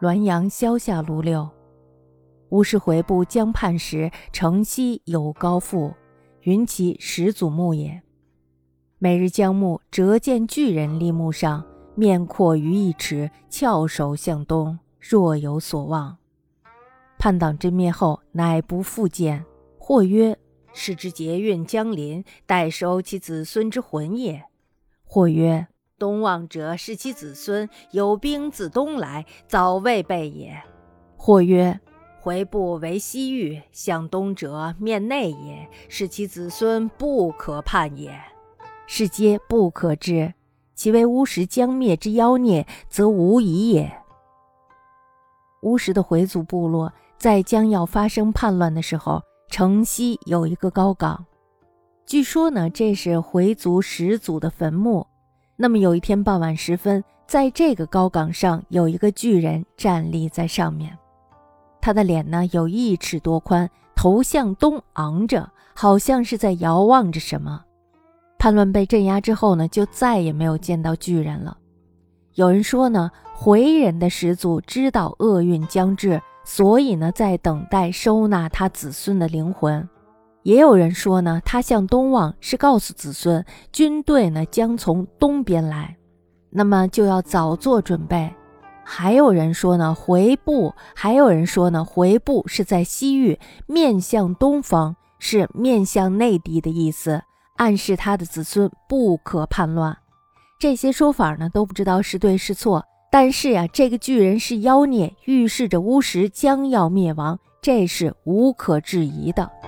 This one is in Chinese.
滦阳萧下卢六。乌氏回部江畔时，城西有高父，云其始祖墓也。每日将木折见巨人立木上，面阔于1尺，翘首向东，若有所望。叛党之灭后，乃不复见。或曰：是之节运将临，待收其子孙之魂也。或曰：东望者是其子孙，有兵自东来，早未备也。或曰：回部为西域，向东者面内也，是其子孙不可叛也。是皆不可知，其为乌石将灭之妖孽，则无疑也。乌石的回族部落在将要发生叛乱的时候，城西有一个高岗，据说呢，这是回族始祖的坟墓。那么有一天傍晚时分，在这个高岗上有一个巨人站立在上面，他的脸呢有1尺多宽，头向东昂着，好像是在遥望着什么。叛乱被镇压之后呢，就再也没有见到巨人了。有人说呢，回人的始祖知道厄运将至，所以呢在等待收纳他子孙的灵魂。也有人说呢，他向东望是告诉子孙，军队呢将从东边来，那么就要早做准备。还有人说呢，回部是在西域，面向东方，是面向内地的意思，暗示他的子孙不可叛乱。这些说法呢都不知道是对是错，但是这个巨人是妖孽，预示着乌石将要灭亡，这是无可置疑的。